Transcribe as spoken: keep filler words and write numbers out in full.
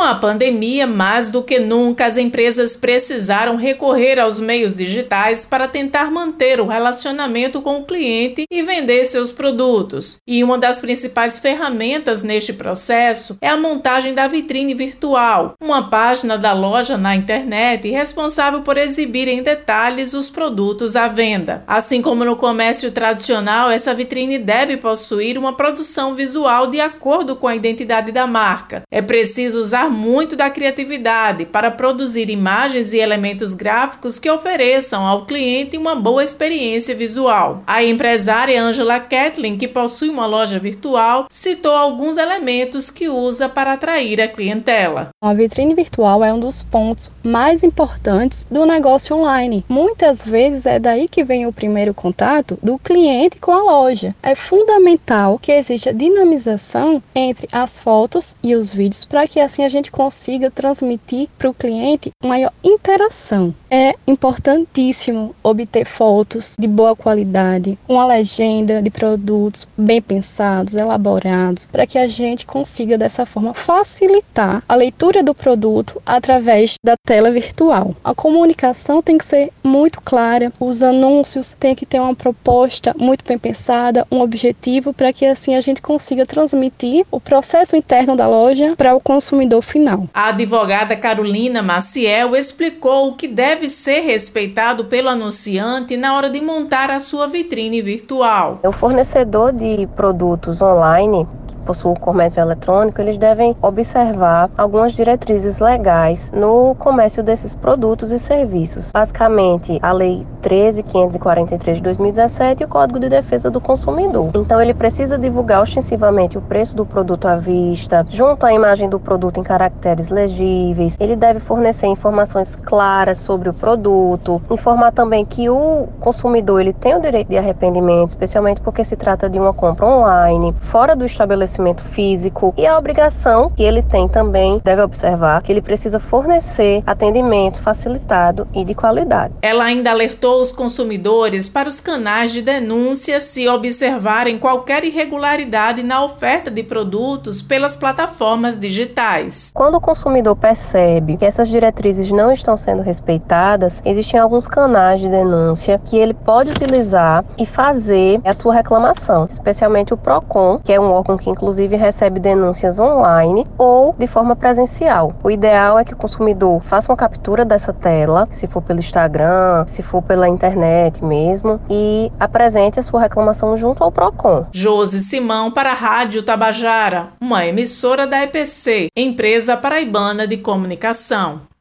a pandemia, mais do que nunca, as empresas precisaram recorrer aos meios digitais para tentar manter o relacionamento com o cliente e vender seus produtos. E uma das principais ferramentas neste processo é a montagem da vitrine virtual, uma página da loja na internet responsável por exibir em detalhes os produtos à venda. Assim como no comércio tradicional, essa vitrine deve possuir uma produção visual de acordo com a identidade da marca. É preciso usar muito da criatividade para produzir imagens e elementos gráficos que ofereçam ao cliente uma boa experiência visual. A empresária Angela Kathleen, que possui uma loja virtual, citou alguns elementos que usa para atrair a clientela. A vitrine virtual é um dos pontos mais importantes do negócio online. Muitas vezes é daí que vem o primeiro contato do cliente com a loja. É fundamental que exista dinamização entre as fotos e os vídeos para que assim a gente consiga transmitir para o cliente maior interação. É importantíssimo obter fotos de boa qualidade, uma legenda de produtos bem pensados, elaborados, para que a gente consiga dessa forma facilitar a leitura do produto através da tela virtual. A comunicação tem que ser muito clara, os anúncios têm que ter uma proposta muito bem pensada, um objetivo para que assim a gente consiga transmitir o processo interno da loja para o consumidor final. A advogada Carolina Maciel explicou o que deve ser respeitado pelo anunciante na hora de montar a sua vitrine virtual. O fornecedor de produtos online que possui o comércio eletrônico, eles devem observar algumas diretrizes legais no comércio desses produtos e serviços. Basicamente, a Lei treze mil quinhentos e quarenta e três de dois mil e dezessete e o Código de Defesa do Consumidor. Então, ele precisa divulgar ostensivamente o preço do produto à vista, junto à imagem do produto em caracteres legíveis. Ele deve fornecer informações claras sobre o produto, informar também que o consumidor ele tem o direito de arrependimento, especialmente porque se trata de uma compra online, fora do estabelecimento físico, e a obrigação que ele tem também, deve observar, que ele precisa fornecer atendimento facilitado e de qualidade. Ela ainda alertou os consumidores para os canais de denúncia se observarem qualquer irregularidade na oferta de produtos pelas plataformas digitais. Quando o consumidor percebe que essas diretrizes não estão sendo respeitadas, existem alguns canais de denúncia que ele pode utilizar e fazer a sua reclamação, especialmente o PROCON, que é um órgão que inclusive recebe denúncias online ou de forma presencial. O ideal é que o consumidor faça uma captura dessa tela, se for pelo Instagram, se for pela internet mesmo, e apresente a sua reclamação junto ao PROCON. Josi Simão para a Rádio Tabajara, uma emissora da E P C, Empresa Paraibana de Comunicação.